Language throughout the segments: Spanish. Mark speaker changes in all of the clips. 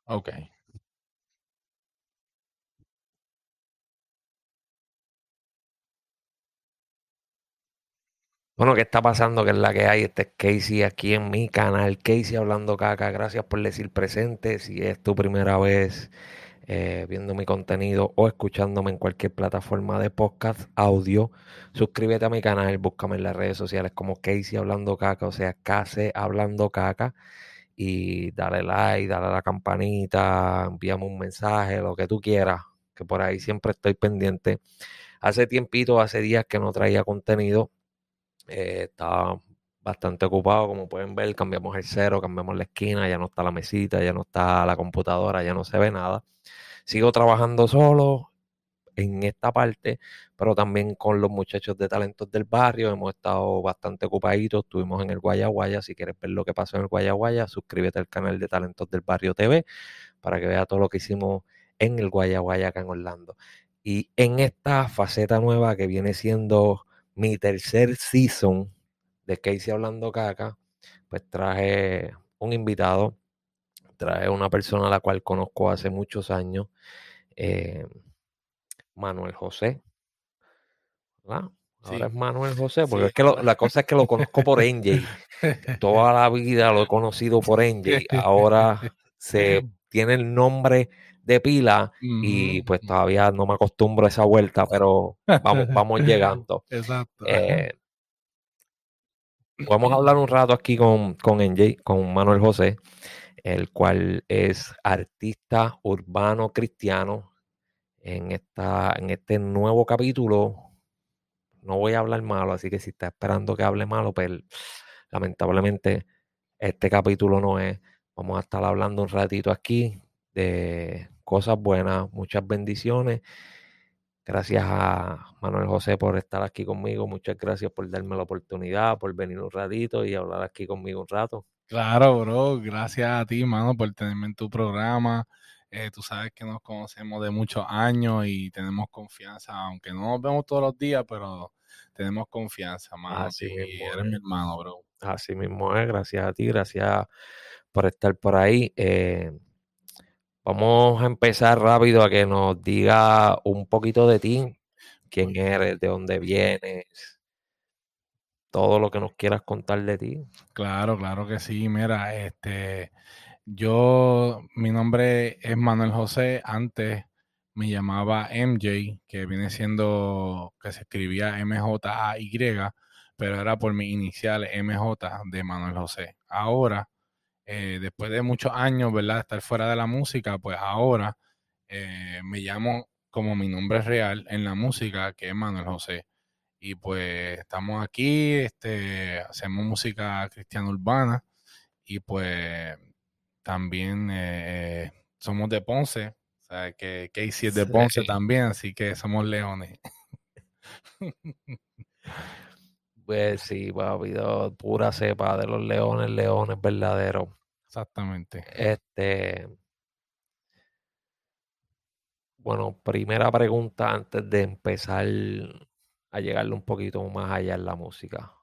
Speaker 1: Ok.
Speaker 2: Bueno, ¿qué está pasando? ¿Qué es la que hay? Este es Casey aquí en mi canal, Casey Hablando Caca. Gracias por decir presente. Si es tu primera vez viendo mi contenido o escuchándome en cualquier plataforma de podcast audio, suscríbete a mi canal, búscame en las redes sociales como Casey Hablando Caca, o sea, KC Hablando Caca, y dale like, dale a la campanita, envíame un mensaje, lo que tú quieras, que por ahí siempre estoy pendiente. Hace tiempito, hace días que no traía contenido. Estaba bastante ocupado, como pueden ver, cambiamos el cero, cambiamos la esquina, ya no está la mesita, ya no está la computadora, ya no se ve nada. Sigo trabajando solo en esta parte, pero también con los muchachos de Talentos del Barrio hemos estado bastante ocupaditos. Estuvimos en el Guaya. Si quieres ver lo que pasó en el Guaya, suscríbete al canal de Talentos del Barrio TV para que veas todo lo que hicimos en el Guaya acá en Orlando. Y en esta faceta nueva que viene siendo mi tercer season de Casey Hablando Caca, pues traje un invitado, traje una persona a la cual conozco hace muchos años, eh, Manuel José, ¿verdad? Ahora
Speaker 1: Sí,
Speaker 2: es Manuel José, porque
Speaker 1: sí.
Speaker 2: es que la cosa es que lo conozco por NJ. Toda la vida lo he conocido por NJ. Ahora se tiene el nombre de pila y
Speaker 1: Ujú.
Speaker 2: pues todavía no me acostumbro a esa vuelta, pero vamos llegando.
Speaker 1: Exacto.
Speaker 2: Eh, Vamos a hablar un rato aquí con NJ, con Manuel José, el cual es artista urbano cristiano. En este nuevo capítulo no voy a hablar malo, así que si está esperando que hable malo, pues lamentablemente este capítulo no es. Vamos a estar hablando un ratito aquí de cosas buenas, muchas bendiciones. Gracias a Manuel José por estar aquí conmigo. Muchas gracias por darme la oportunidad, por venir un ratito y hablar aquí conmigo un rato.
Speaker 1: Claro, bro. Gracias a ti, mano, por tenerme en tu programa. Tú sabes que nos conocemos de muchos años y tenemos confianza, aunque no nos vemos todos los días, pero tenemos confianza, mano.
Speaker 2: Así
Speaker 1: Y
Speaker 2: mismo
Speaker 1: eres mi
Speaker 2: es.
Speaker 1: hermano, bro.
Speaker 2: Así mismo es. Gracias a ti, gracias por estar por ahí. Vamos a empezar rápido a que nos diga un poquito de ti, quién eres, de dónde vienes, todo lo que nos quieras contar de ti.
Speaker 1: Claro, claro que sí. Mira, mi nombre es Manuel José. Antes me llamaba MJ, que viene siendo, que se escribía MJAY, pero era por mis iniciales MJ de Manuel José. Ahora, después de muchos años, ¿verdad? De estar fuera de la música, pues ahora me llamo como mi nombre real en la música, que es Manuel José. Y pues estamos aquí, hacemos música cristiana urbana y pues también somos de Ponce, o sea que Casey es de Ponce
Speaker 2: Sí.
Speaker 1: también, así que somos leones.
Speaker 2: Pues sí, papi, pura cepa de los leones, leones verdaderos.
Speaker 1: Exactamente.
Speaker 2: Este, bueno, primera pregunta antes de empezar a llegarle un poquito más allá en la música.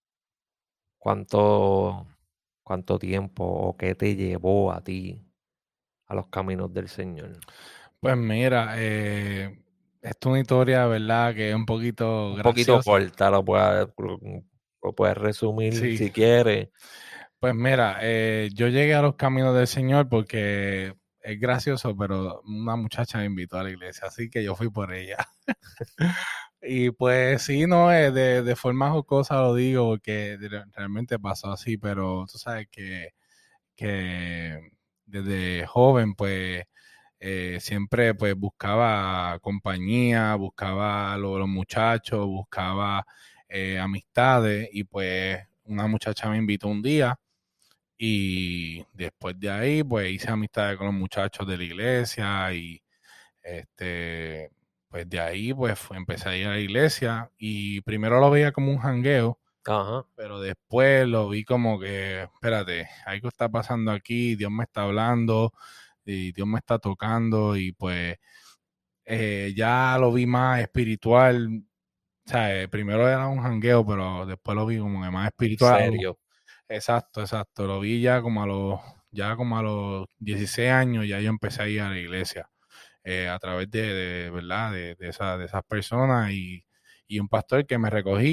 Speaker 2: ¿Cuánto, cuánto tiempo o qué te llevó a ti a los caminos del Señor?
Speaker 1: Pues mira, esto es una historia, ¿verdad? Que es un poquito
Speaker 2: Un poquito
Speaker 1: graciosa.
Speaker 2: corta, lo puedes resumir
Speaker 1: Sí,
Speaker 2: si quieres.
Speaker 1: pues mira, yo llegué a los caminos del Señor porque es gracioso, pero una muchacha me invitó a la iglesia, así que yo fui por ella. Y pues sí, no, de forma jocosa lo digo porque realmente pasó así, pero tú sabes que desde joven pues siempre pues buscaba compañía, buscaba los muchachos, buscaba amistades y pues una muchacha me invitó un día y después de ahí pues hice amistades con los muchachos de la iglesia y este, pues de ahí pues empecé a ir a la iglesia y primero lo veía como un jangueo,
Speaker 2: Ajá,
Speaker 1: pero después lo vi como que, espérate, algo está pasando aquí, Dios me está hablando y Dios me está tocando y pues ya lo vi más espiritual. O sea, primero era un jangueo, pero después lo vi como que más
Speaker 2: en
Speaker 1: espiritual.
Speaker 2: serio.
Speaker 1: Exacto, exacto. Lo vi ya como a los ya como a los 16 años, ya yo empecé a ir a la iglesia a través ¿verdad? De esas personas y un pastor que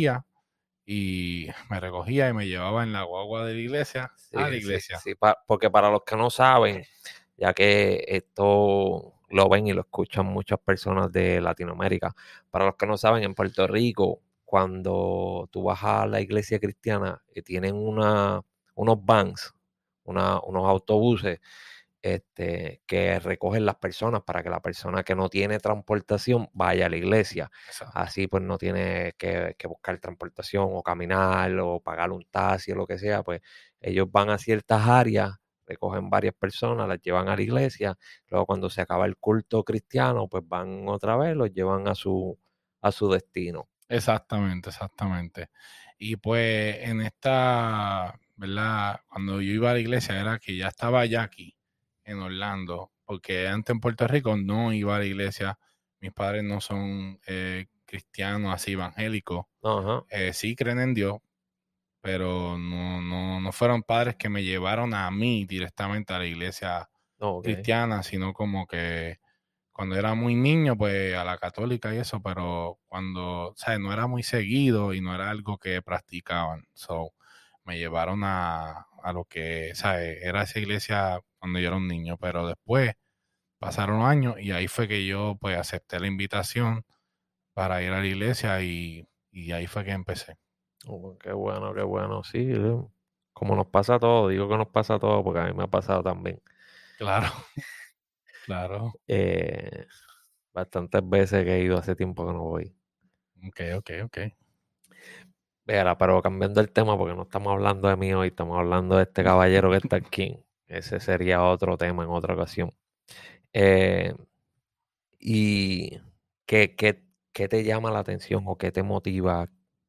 Speaker 1: me recogía y me llevaba en la guagua de la iglesia a la
Speaker 2: Sí, sí,
Speaker 1: iglesia.
Speaker 2: sí, porque para los que no saben, ya que esto lo ven y lo escuchan muchas personas de Latinoamérica, para los que no saben, en Puerto Rico, cuando tú vas a la iglesia cristiana, tienen unos vans, unos autobuses que recogen las personas para que la persona que no tiene transportación vaya a la iglesia.
Speaker 1: Exacto.
Speaker 2: Así pues no tiene que buscar transportación o caminar o pagar un taxi o lo que sea, pues ellos van a ciertas áreas, recogen varias personas, las llevan a la iglesia, luego cuando se acaba el culto cristiano, pues van otra vez, los llevan a su destino.
Speaker 1: Exactamente, exactamente. Y pues en esta, ¿verdad? Cuando yo iba a la iglesia era que ya estaba ya aquí, en Orlando, porque antes en Puerto Rico no iba a la iglesia. Mis padres no son cristianos así evangélicos.
Speaker 2: Ajá,
Speaker 1: Sí creen en Dios, pero no fueron padres que me llevaron a mí directamente a la iglesia
Speaker 2: ok.
Speaker 1: cristiana, sino como que cuando era muy niño, pues a la católica y eso, pero cuando, ¿sabes? No era muy seguido y no era algo que practicaban. So, me llevaron a lo que, ¿sabes? Era esa iglesia cuando yo era un niño, pero después pasaron años y ahí fue que yo, pues, acepté la invitación para ir a la iglesia y ahí fue que empecé.
Speaker 2: Oh, qué bueno, sí, como nos pasa a todos, digo que nos pasa a todos porque a mí me ha pasado también.
Speaker 1: Claro, claro.
Speaker 2: Eh, Bastantes veces que he ido hace tiempo que no voy.
Speaker 1: Ok, ok, ok.
Speaker 2: Verá, pero cambiando el tema, porque no estamos hablando de mí hoy, estamos hablando de este caballero que está aquí. Ese sería otro tema en otra ocasión. Eh, ¿Y qué, qué te llama la atención o qué te motiva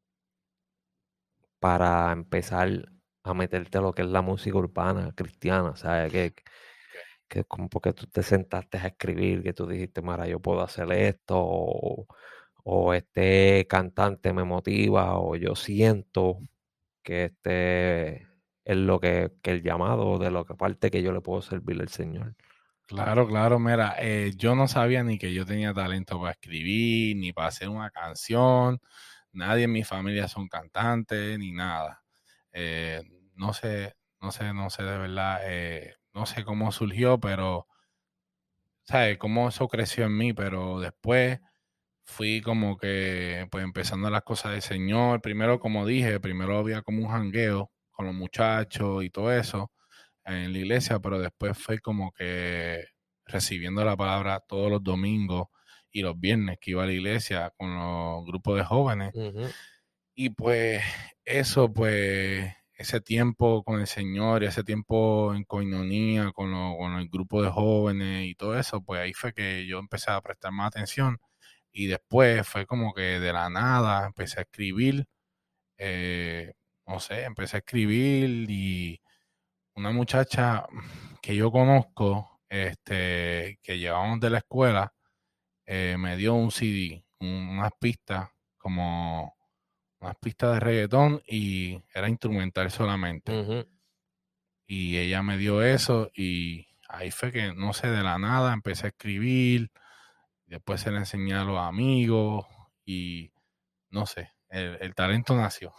Speaker 2: para empezar a meterte a lo que es la música urbana cristiana? ¿Sabes?
Speaker 1: Ok.
Speaker 2: Que es como porque tú te sentaste a escribir, que tú dijiste, Mara, yo puedo hacer esto, o este cantante me motiva, o yo siento que este es lo que el llamado, de lo que parte que yo le puedo servir al Señor.
Speaker 1: Claro, claro, mira, yo no sabía ni que yo tenía talento para escribir, ni para hacer una canción, nadie en mi familia son cantantes, ni nada. Eh, no sé de verdad, no sé cómo surgió, pero, ¿sabes? Cómo eso creció en mí, pero después fui como que, pues empezando las cosas del Señor, primero como dije, primero había como un jangueo con los muchachos y todo eso en la iglesia, pero después fue como que recibiendo la palabra todos los domingos y los viernes que iba a la iglesia con los grupos de jóvenes.
Speaker 2: Ujú,
Speaker 1: Y pues eso, pues ese tiempo con el Señor y ese tiempo en coinonía con el grupo de jóvenes y todo eso, pues ahí fue que yo empecé a prestar más atención y después fue como que de la nada empecé a escribir, eh, no sé, empecé a escribir y una muchacha que yo conozco, que llevamos de la escuela, me dio un CD, unas pistas, como unas pistas de reggaetón y era instrumental solamente.
Speaker 2: ujú.
Speaker 1: Y ella me dio eso y ahí fue que, no sé, de la nada empecé a escribir, después se le enseñé a los amigos y no sé, el talento nació.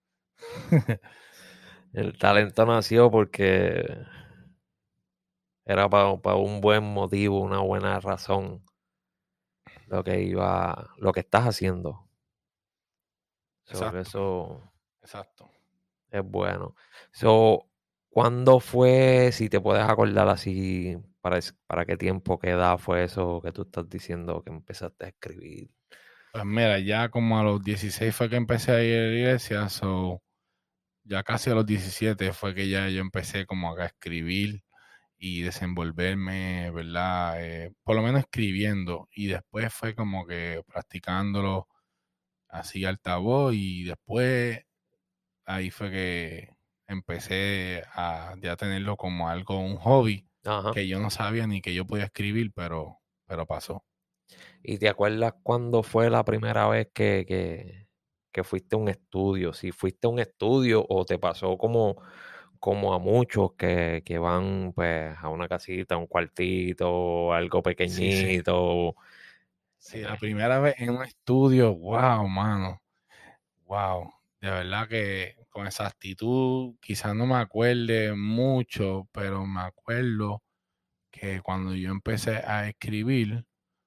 Speaker 2: El talento nació porque era para un buen motivo, una buena razón lo que estás haciendo. Que
Speaker 1: Exacto,
Speaker 2: eso
Speaker 1: exacto.
Speaker 2: es bueno. So, ¿cuándo fue, si te puedes acordar así, para qué tiempo, qué edad fue eso que tú estás diciendo que empezaste a escribir?
Speaker 1: Pues mira, ya como a los 16 fue que empecé a ir a la iglesia, so ya casi a los 17 fue que ya yo empecé como a escribir y desenvolverme, ¿verdad? Por lo menos escribiendo y después fue como que practicándolo así altavoz y después ahí fue que empecé a ya tenerlo como algo, un hobby
Speaker 2: Ajá.
Speaker 1: que yo no sabía ni que yo podía escribir, pero pasó.
Speaker 2: ¿Y te acuerdas cuándo fue la primera vez que fuiste a un estudio? Si fuiste a un estudio o te pasó como como a muchos que van pues a una casita, a un cuartito, algo
Speaker 1: Sí, sí.
Speaker 2: pequeñito.
Speaker 1: Sí, la
Speaker 2: eh,
Speaker 1: primera vez en un estudio, wow, mano, wow. De verdad que con esa actitud, quizás no me acuerde mucho, pero me acuerdo que cuando yo empecé a escribir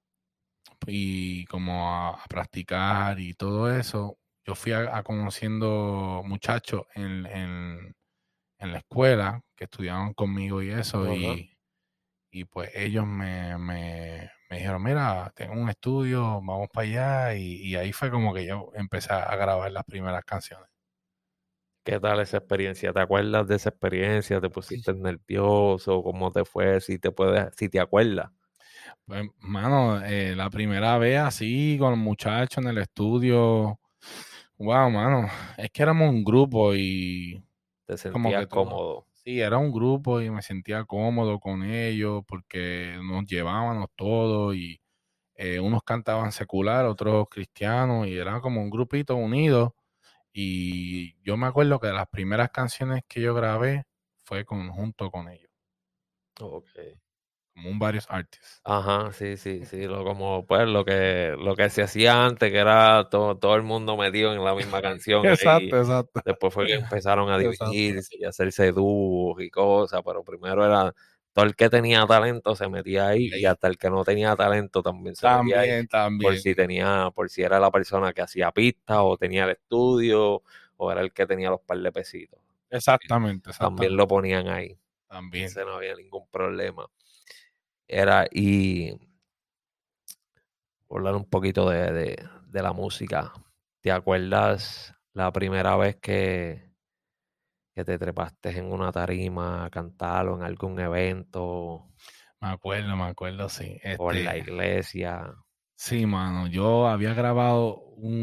Speaker 1: y como a practicar y todo eso, yo fui a conociendo muchachos en la escuela que estudiaban conmigo y eso,
Speaker 2: ajá.
Speaker 1: y pues ellos me dijeron, mira, tengo un estudio, vamos para allá, y ahí fue como que yo empecé a grabar las primeras canciones.
Speaker 2: ¿Qué tal esa experiencia? ¿Te acuerdas de esa experiencia? ¿Te
Speaker 1: Sí.
Speaker 2: pusiste nervioso? ¿Cómo te fue? Si te acuerdas.
Speaker 1: Pues, mano, la primera vez así con los muchachos en el estudio, wow, mano, es que éramos un grupo y
Speaker 2: ¿Te
Speaker 1: como
Speaker 2: sentías
Speaker 1: que todo,
Speaker 2: cómodo?
Speaker 1: sí, era un grupo y me sentía cómodo con ellos porque nos llevábamos todos y unos cantaban secular, otros cristianos y era como un grupito unido. Y yo me acuerdo que de las primeras canciones que yo grabé fue junto con ellos,
Speaker 2: Ok.
Speaker 1: como un varios artists.
Speaker 2: Ajá, sí, sí, sí, como pues lo que se hacía antes, que era todo el mundo metido en la misma canción ahí.
Speaker 1: Exacto, exacto,
Speaker 2: Después fue que empezaron a
Speaker 1: exacto.
Speaker 2: dividirse y a hacerse dúos y cosas, pero primero era todo el que tenía talento se metía ahí
Speaker 1: Y
Speaker 2: y
Speaker 1: ahí,
Speaker 2: hasta el que no tenía talento también se metía ahí
Speaker 1: también, también.
Speaker 2: por si era la persona que hacía pistas o tenía el estudio o era el que tenía los par de pesitos.
Speaker 1: Exactamente,
Speaker 2: También lo
Speaker 1: exactamente.
Speaker 2: ponían ahí.
Speaker 1: También.
Speaker 2: Ese no había ningún problema. Era, y por hablar un poquito de la música, ¿te acuerdas la primera vez que te trepaste en una tarima a cantar o en algún evento
Speaker 1: Me acuerdo, sí.
Speaker 2: o en la iglesia?
Speaker 1: Sí, mano, yo había grabado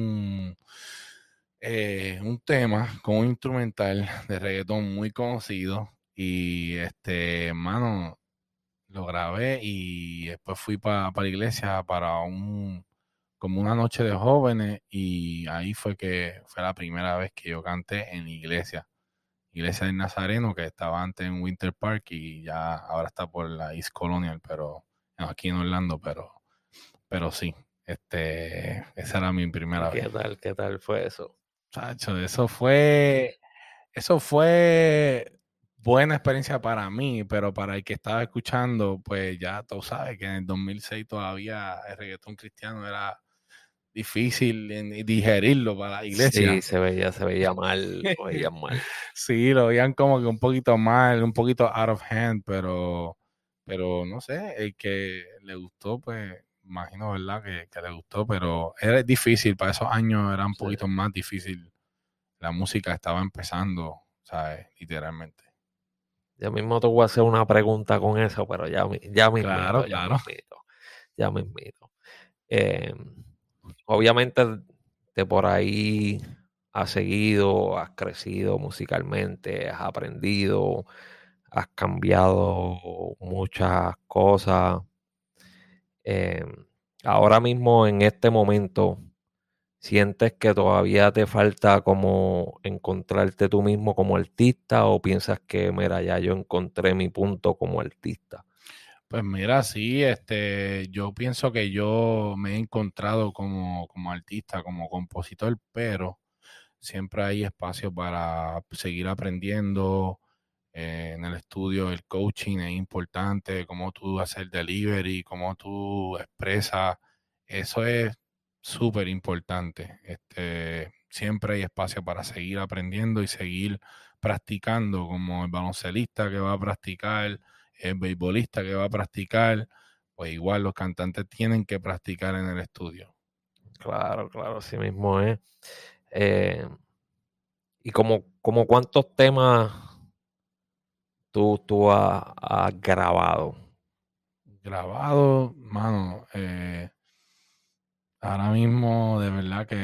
Speaker 1: un tema con un instrumental de reggaetón muy conocido y mano, lo grabé y después fui para la iglesia para como una noche de jóvenes y ahí fue que fue la primera vez que yo canté en la iglesia del Nazareno que estaba antes en Winter Park y ya ahora está por la East Colonial, pero no, aquí en Orlando, pero sí, esa era mi
Speaker 2: ¿Y
Speaker 1: primera vez.
Speaker 2: qué tal fue eso?
Speaker 1: Chacho, eso fue buena experiencia para mí, pero para el que estaba escuchando, pues ya tú sabes que en el 2006 todavía el reggaetón cristiano era difícil en digerirlo para la
Speaker 2: Sí,
Speaker 1: iglesia.
Speaker 2: se veía mal, lo veían mal.
Speaker 1: Sí, lo veían como que un poquito mal, un poquito out of hand, pero no sé, el que le gustó, pues imagino, ¿verdad? Que le gustó, pero era difícil, para esos años era un
Speaker 2: Sí.
Speaker 1: poquito más difícil. La música estaba empezando, ¿sabes? Literalmente.
Speaker 2: Yo mismo te voy a hacer una pregunta con eso, pero
Speaker 1: Claro, claro.
Speaker 2: ya mismito. Eh, obviamente de por ahí has seguido, has crecido musicalmente, has aprendido, has cambiado muchas cosas. Eh, ahora mismo, en este momento, ¿sientes que todavía te falta como encontrarte tú mismo como artista o piensas que, mira, ya yo encontré mi punto como artista?
Speaker 1: Pues mira, sí, yo pienso que yo me he encontrado como artista, como compositor, pero siempre hay espacio para seguir aprendiendo. En el estudio, el coaching es importante, cómo tú hacer delivery, cómo tú expresas, eso es súper importante. Siempre hay espacio para seguir aprendiendo y seguir practicando, como el baloncelista que va a practicar, el beisbolista que va a practicar, pues igual los cantantes tienen que practicar en el estudio.
Speaker 2: Claro, claro, así mismo es. Eh, ¿Y como cuántos temas tú has grabado?
Speaker 1: Grabado, mano, ahora mismo de verdad que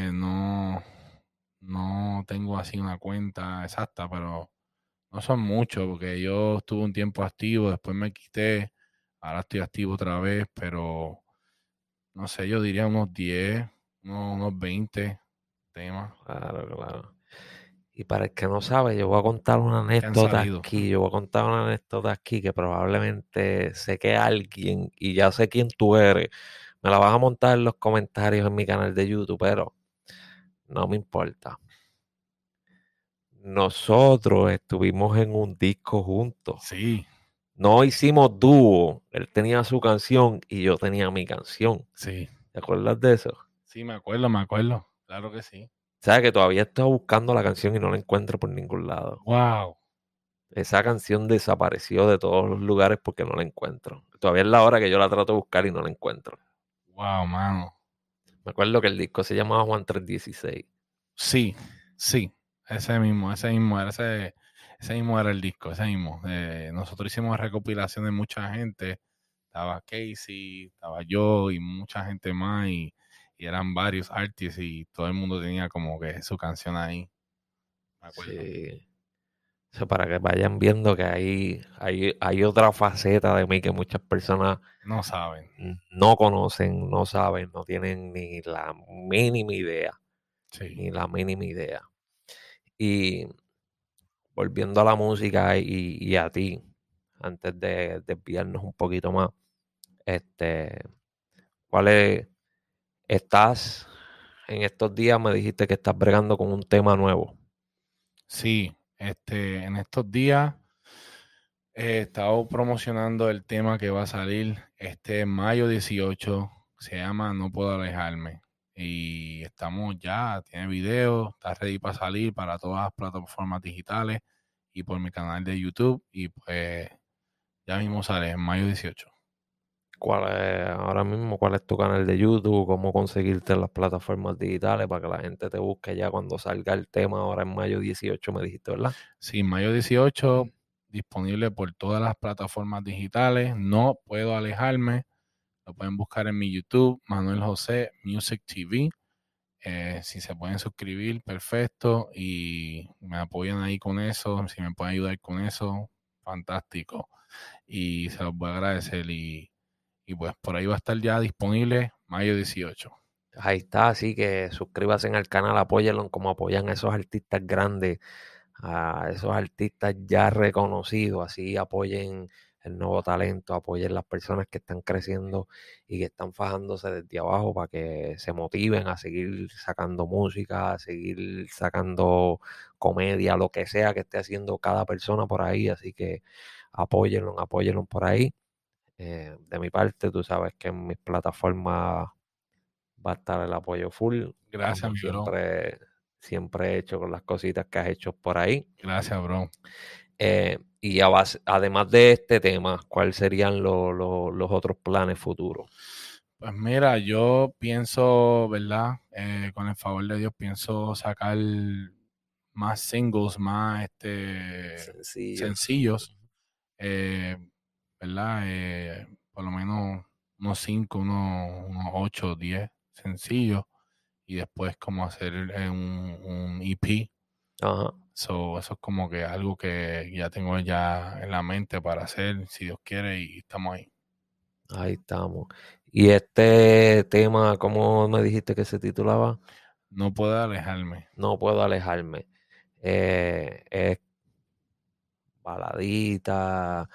Speaker 1: no tengo así una cuenta exacta, pero no son muchos, porque yo estuve un tiempo activo, después me quité, ahora estoy activo otra vez, pero no sé, yo diría unos 10, unos 20 temas.
Speaker 2: Claro, claro. Y para el que no sabe, yo voy a contar una
Speaker 1: que han
Speaker 2: anécdota
Speaker 1: salido.
Speaker 2: aquí, yo voy a contar una anécdota aquí que probablemente sé que alguien, y ya sé quién tú eres, me la vas a montar en los comentarios en mi canal de YouTube, pero no me importa. Nosotros estuvimos en un disco juntos.
Speaker 1: Sí,
Speaker 2: No hicimos dúo. Él tenía su canción y yo tenía mi canción.
Speaker 1: sí,
Speaker 2: ¿Te acuerdas de eso?
Speaker 1: sí, me acuerdo, me acuerdo. Claro que sí.
Speaker 2: Sabes que todavía estoy buscando la canción y no la encuentro por ningún lado.
Speaker 1: Wow,
Speaker 2: Esa canción desapareció de todos los lugares porque no la encuentro. Todavía es la hora que yo la trato de buscar y no la encuentro.
Speaker 1: wow, mano.
Speaker 2: Me acuerdo que el disco se llamaba Juan 316.
Speaker 1: Sí, sí, ese mismo era el disco, ese mismo. Nosotros hicimos recopilación de mucha gente. Estaba Casey, estaba yo y mucha gente más y eran varios artists y todo el mundo tenía como que su canción ahí, me acuerdo.
Speaker 2: Sí. O sea, para que vayan viendo que hay otra faceta de mí que muchas personas
Speaker 1: No saben.
Speaker 2: no conocen, no saben, no tienen ni la mínima idea,
Speaker 1: Sí,
Speaker 2: ni la mínima idea. Y volviendo a la música y a ti, antes de desviarnos un poquito más, este, ¿cuál es? Estás en estos días, me dijiste que estás bregando con un tema nuevo.
Speaker 1: sí, en estos días he estado promocionando el tema que va a salir este mayo 18. Se llama No Puedo Alejarme. Y estamos ya, tiene video, está ready para salir para todas las plataformas digitales y por mi canal de YouTube. Y pues ya mismo sale en mayo 18.
Speaker 2: Ahora mismo, cuál es tu canal de YouTube? ¿Cómo conseguirte en las plataformas digitales para que la gente te busque ya cuando salga el tema ahora en mayo 18 me dijiste, ¿verdad?
Speaker 1: Sí, mayo 18, disponible por todas las plataformas digitales. No Puedo Alejarme. Lo pueden buscar en mi YouTube, Manuel José Music TV. Si se pueden suscribir, perfecto. Y me apoyan ahí con eso. Si me pueden ayudar con eso, fantástico. Y se los voy a agradecer. Y pues por ahí va a estar ya disponible mayo 18.
Speaker 2: Ahí está, así que suscríbanse al canal, apóyenlo como apoyan a esos artistas grandes, a esos artistas ya reconocidos, así apoyen el nuevo talento, apoyen las personas que están creciendo y que están fajándose desde abajo para que se motiven a seguir sacando música, a seguir sacando comedia, lo que sea que esté haciendo cada persona por ahí, así que apóyenlo, apóyenlo por ahí. De mi parte, tú sabes que en mis plataformas va a estar el apoyo full,
Speaker 1: Gracias,
Speaker 2: como
Speaker 1: mi bro.
Speaker 2: siempre he hecho con las cositas que has hecho por ahí.
Speaker 1: Gracias, bro.
Speaker 2: Y además de este tema, ¿cuáles serían los otros planes futuros?
Speaker 1: Pues mira, yo pienso, ¿verdad? Con el favor de Dios, pienso sacar más singles, más
Speaker 2: Sencillos.
Speaker 1: sencillos, eh, ¿verdad? Por lo menos unos 5, unos 8, 10 sencillos y después como hacer un EP.
Speaker 2: Ajá,
Speaker 1: Eso es como que algo que ya tengo ya en la mente para hacer, si Dios quiere, y estamos ahí.
Speaker 2: ahí estamos. Y este tema, ¿cómo me dijiste que se titulaba?
Speaker 1: No puedo alejarme.
Speaker 2: No puedo alejarme. Es baladita,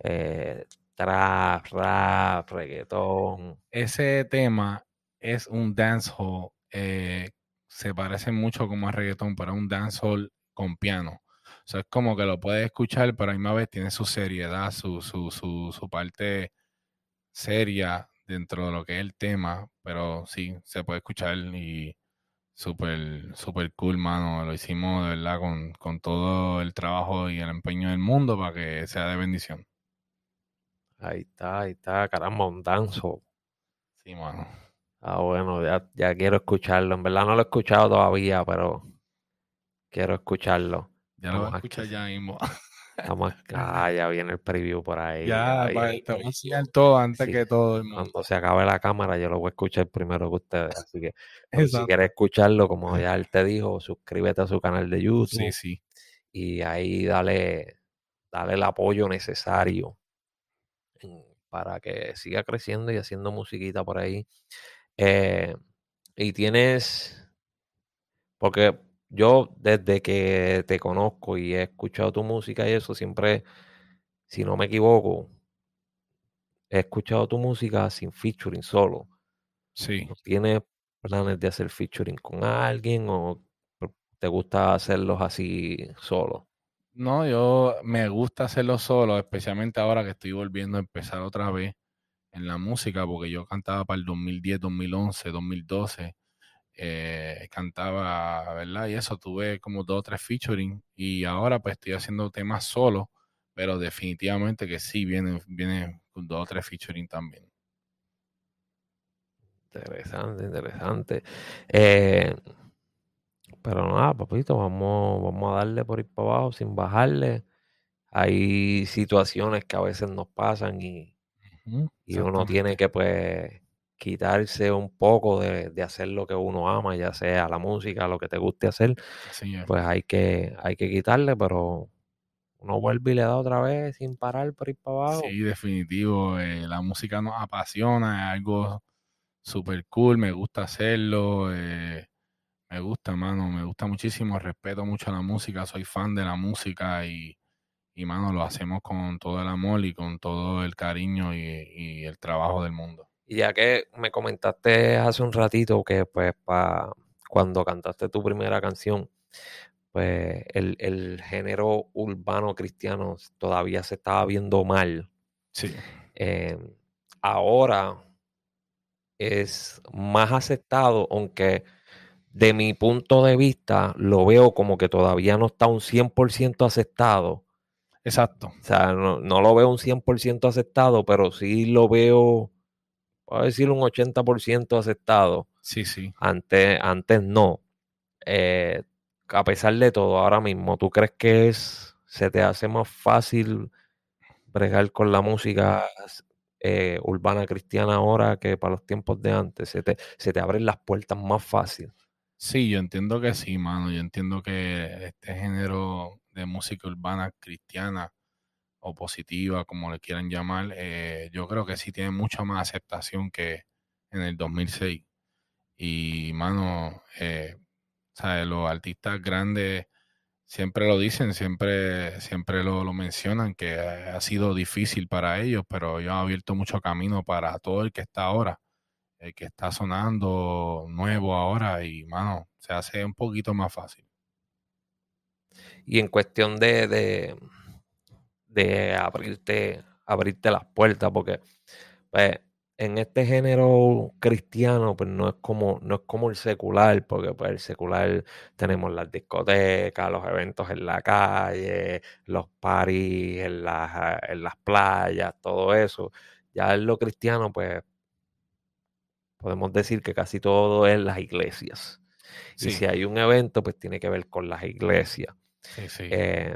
Speaker 2: trap, rap, reggaetón.
Speaker 1: Ese tema es un dancehall, se parece mucho como a reggaetón, pero es un dancehall con piano. O sea, es como que lo puedes escuchar, pero a la misma vez tiene su seriedad, su parte seria dentro de lo que es el tema, pero sí, se puede escuchar y súper, súper cool, mano. Lo hicimos de verdad con todo el trabajo y el empeño del mundo para que sea de bendición.
Speaker 2: Ahí está, caramba, un danzo.
Speaker 1: Sí, mano.
Speaker 2: Ah, bueno, ya quiero escucharlo. En verdad no lo he escuchado todavía, pero quiero escucharlo.
Speaker 1: Ya lo voy a
Speaker 2: Vamos aquí.
Speaker 1: escuchar ya mismo.
Speaker 2: Ya viene el preview por ahí.
Speaker 1: Ya,
Speaker 2: Ahí.
Speaker 1: te voy a enseñar todo antes
Speaker 2: Sí,
Speaker 1: que todo el mundo.
Speaker 2: cuando se acabe la cámara, yo lo voy a escuchar primero que ustedes. Así que, pues, si quieres
Speaker 1: Exacto.
Speaker 2: escucharlo, como ya él te dijo, suscríbete a su canal de
Speaker 1: Sí,
Speaker 2: YouTube
Speaker 1: sí.
Speaker 2: y ahí dale el apoyo necesario para que siga creciendo y haciendo musiquita por ahí. Eh, y tienes, porque yo desde que te conozco y he escuchado tu música y eso, siempre, si no me equivoco, he escuchado tu música sin featuring solo.
Speaker 1: Sí.
Speaker 2: ¿No tienes planes de hacer featuring con alguien o te gusta hacerlos así solo?
Speaker 1: No, yo me gusta hacerlo solo, especialmente ahora que estoy volviendo a empezar otra vez en la música, porque yo cantaba para el 2010, 2011, 2012, cantaba, ¿verdad? Y eso, tuve como dos o tres featuring y ahora pues estoy haciendo temas solo, pero definitivamente que sí, vienen con dos o tres featuring también.
Speaker 2: Interesante, interesante. Eh, pero nada, papito, vamos a darle por ir para abajo sin bajarle. Hay situaciones que a veces nos pasan
Speaker 1: Ujú,
Speaker 2: y uno tiene
Speaker 1: exactamente,
Speaker 2: que pues quitarse un poco de hacer lo que uno ama, ya sea la música, lo que te guste hacer,
Speaker 1: así es.
Speaker 2: pues hay que quitarle, pero uno vuelve y le da otra vez sin parar por ir para abajo.
Speaker 1: Sí, definitivo, la música nos apasiona, es algo súper cool, me gusta hacerlo, me gusta, mano, me gusta muchísimo, respeto mucho la música, soy fan de la música y mano, lo hacemos con todo el amor y con todo el cariño y el trabajo del mundo.
Speaker 2: Y ya que me comentaste hace un ratito que pues cuando cantaste tu primera canción, pues el género urbano cristiano todavía se estaba viendo mal.
Speaker 1: Sí,
Speaker 2: Eh, ahora es más aceptado, aunque de mi punto de vista lo veo como que todavía no está un 100% aceptado.
Speaker 1: exacto,
Speaker 2: O sea, no lo veo un 100% aceptado, pero sí lo veo, puedo decir un 80% aceptado.
Speaker 1: sí, sí.
Speaker 2: Antes no. Eh, a pesar de todo, ahora mismo, ¿tú crees que se te hace más fácil bregar con la música urbana cristiana ahora que para los tiempos de antes? Se te abren las puertas más fácil.
Speaker 1: Sí, yo entiendo que sí, mano, yo entiendo que este género de música urbana cristiana o positiva, como le quieran llamar, yo creo que sí tiene mucha más aceptación que en el 2006. Y, mano, ¿sabes? Los artistas grandes siempre lo dicen, siempre lo mencionan, que ha sido difícil para ellos, pero ellos han abierto mucho camino para todo el que está ahora, el que está sonando nuevo ahora y, mano, se hace un poquito más fácil.
Speaker 2: Y en cuestión de abrirte las puertas, porque pues, en este género cristiano, pues no es como el secular, porque pues el secular tenemos las discotecas, los eventos en la calle, los parties en las playas, todo eso. Ya en lo cristiano, pues podemos decir que casi todo es las iglesias. Y
Speaker 1: Sí,
Speaker 2: si hay un evento, pues tiene que ver con las iglesias.
Speaker 1: sí, sí.
Speaker 2: Eh,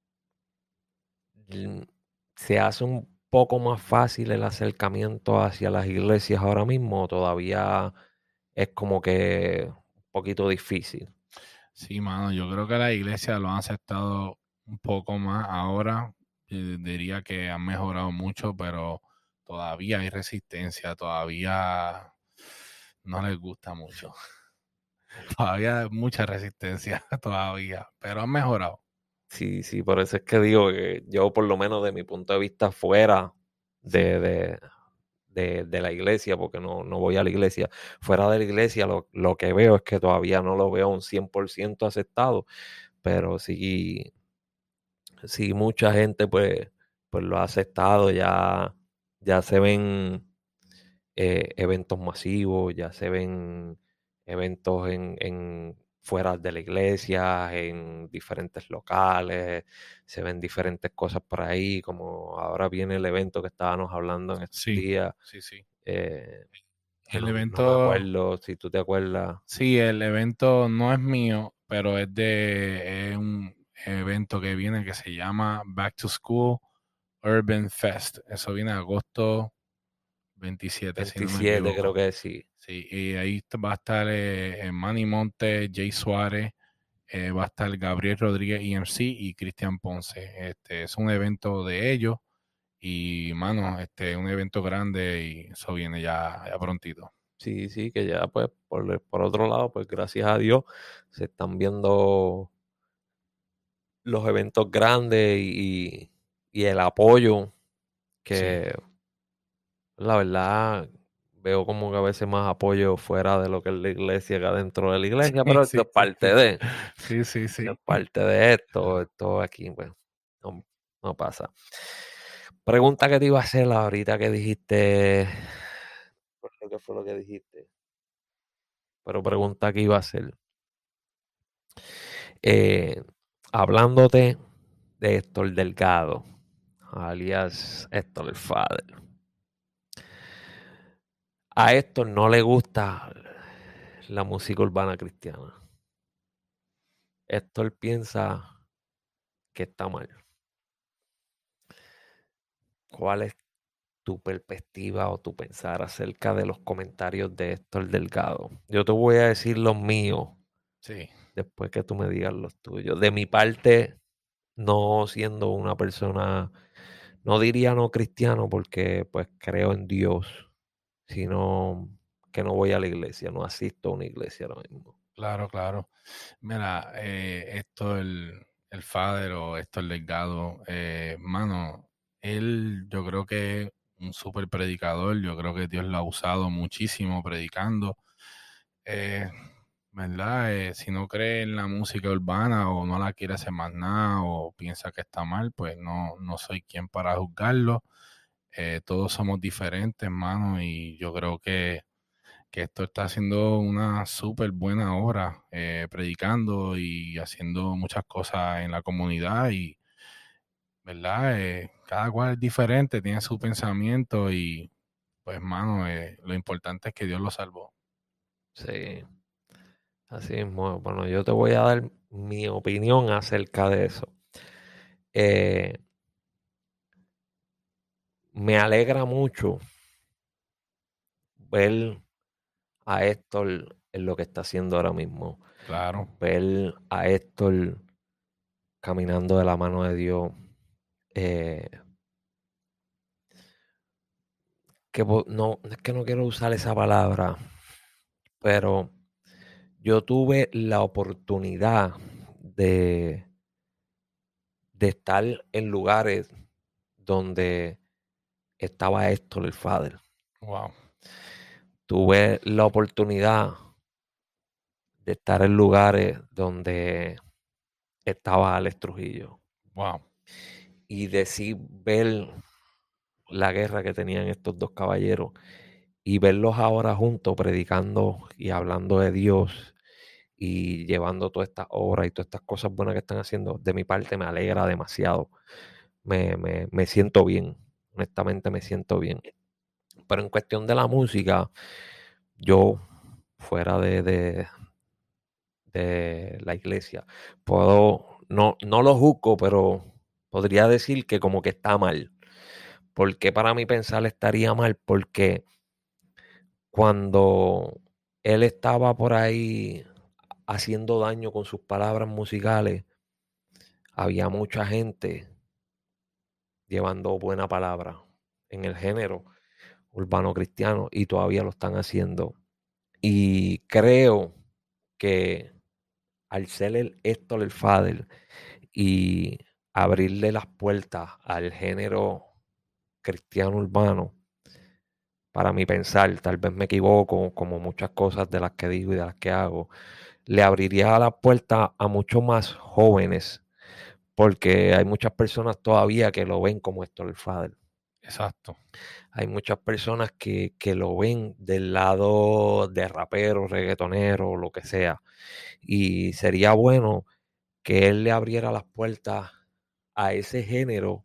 Speaker 2: mm, ¿Se hace un poco más fácil el acercamiento hacia las iglesias ahora mismo? ¿O todavía es como que un poquito difícil?
Speaker 1: Sí, mano, yo creo que la iglesia lo han aceptado un poco más ahora. Diría que han mejorado mucho, pero todavía hay resistencia, todavía no les gusta mucho. Todavía hay mucha resistencia, todavía, pero han mejorado.
Speaker 2: Sí, sí, por eso es que digo que yo, por lo menos de mi punto de vista, fuera de, de, de la iglesia, porque no voy a la iglesia, fuera de la iglesia lo que veo es que todavía no lo veo un 100% aceptado, pero sí, sí mucha gente pues lo ha aceptado, ya se ven eventos masivos, ya se ven eventos en fuera de la iglesia, en diferentes locales, se ven diferentes cosas por ahí, como ahora viene el evento que estábamos hablando en estos
Speaker 1: Sí,
Speaker 2: días,
Speaker 1: sí, sí.
Speaker 2: eh, que
Speaker 1: El
Speaker 2: no me
Speaker 1: evento,
Speaker 2: acuerdo si tú te acuerdas.
Speaker 1: sí, el evento no es mío, pero es un evento que viene que se llama Back to School Urban Fest. Eso viene agosto 27 si no me
Speaker 2: 27 creo
Speaker 1: equivoco.
Speaker 2: que sí.
Speaker 1: Sí, y ahí va a estar Manny Monte, Jay Suárez, va a estar Gabriel Rodríguez EMC y Cristian Ponce. Es un evento de ellos y, mano, un evento grande y eso viene ya prontito.
Speaker 2: Sí, sí, que ya pues por otro lado, pues gracias a Dios se están viendo los eventos grandes y el apoyo
Speaker 1: Sí,
Speaker 2: que la verdad veo como que a veces más apoyo fuera de lo que es la iglesia que adentro de la iglesia,
Speaker 1: sí,
Speaker 2: pero esto
Speaker 1: sí,
Speaker 2: es
Speaker 1: sí,
Speaker 2: parte de,
Speaker 1: sí, sí,
Speaker 2: esto es
Speaker 1: sí.
Speaker 2: parte de esto aquí, pues no, no pasa. Pregunta que te iba a hacer ahorita que dijiste, ¿por qué fue lo que dijiste? Pero pregunta que iba a hacer. Eh, hablándote de Héctor Delgado, alias Héctor el Father. A Héctor no le gusta la música urbana cristiana. Héctor piensa que está mal. ¿Cuál es tu perspectiva o tu pensar acerca de los comentarios de Héctor Delgado? Yo te voy a decir los míos
Speaker 1: Sí,
Speaker 2: después que tú me digas los tuyos. De mi parte, no siendo una persona, no diría no cristiano porque pues creo en Dios, sino que no voy a la iglesia, no asisto a una iglesia ahora mismo.
Speaker 1: claro, claro. Mira, esto el Father o esto el Delgado, mano, él yo creo que es un súper predicador, yo creo que Dios lo ha usado muchísimo predicando. Eh, ¿Verdad? Si no cree en la música urbana o no la quiere hacer más nada o piensa que está mal, pues no soy quien para juzgarlo. Todos somos diferentes, hermano, y yo creo que esto está haciendo una súper buena obra, predicando y haciendo muchas cosas en la comunidad y, ¿verdad? Cada cual es diferente, tiene su pensamiento y, pues, hermano, lo importante es que Dios lo salvó.
Speaker 2: Sí, así mismo. Bueno, yo te voy a dar mi opinión acerca de eso. Eh, me alegra mucho ver a Héctor en lo que está haciendo ahora mismo.
Speaker 1: Claro,
Speaker 2: Ver a Héctor caminando de la mano de Dios. eh, no, es que no quiero usar esa palabra, pero yo tuve la oportunidad de, de estar en lugares donde estaba Héctor el Father.
Speaker 1: wow,
Speaker 2: Tuve la oportunidad de estar en lugares donde estaba Alex Trujillo
Speaker 1: wow,
Speaker 2: y decir, ver la guerra que tenían estos dos caballeros y verlos ahora juntos predicando y hablando de Dios y llevando todas estas obras y todas estas cosas buenas que están haciendo, de mi parte me alegra demasiado. Me siento bien, honestamente me siento bien. Pero en cuestión de la música, yo fuera de la iglesia, no lo juzgo, pero podría decir que como que está mal. Porque para mí pensar estaría mal, porque cuando él estaba por ahí haciendo daño con sus palabras musicales, había mucha gente llevando buena palabra en el género urbano cristiano y todavía lo están haciendo. Y creo que al ser el Héctor el Father y abrirle las puertas al género cristiano urbano, para mi pensar, tal vez me equivoco, como muchas cosas de las que digo y de las que hago, le abriría la puerta a muchos más jóvenes, porque hay muchas personas todavía que lo ven como Héctor el Father.
Speaker 1: exacto,
Speaker 2: Hay muchas personas que lo ven del lado de rapero, reggaetonero, lo que sea. Y sería bueno que él le abriera las puertas a ese género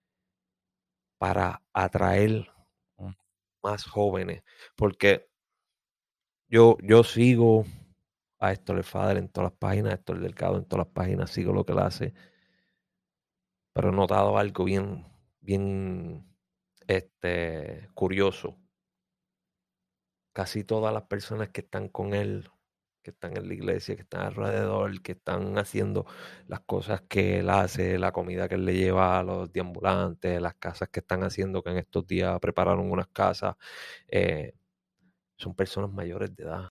Speaker 2: para atraer más jóvenes. Porque yo sigo a Héctor el Father en todas las páginas, a Héctor Delgado en todas las páginas, sigo lo que él hace. Pero he notado algo bien curioso. Casi todas las personas que están con él, que están en la iglesia, que están alrededor, que están haciendo las cosas que él hace, la comida que él le lleva a los deambulantes, las casas que están haciendo, que en estos días prepararon unas casas, eh, son personas mayores de edad.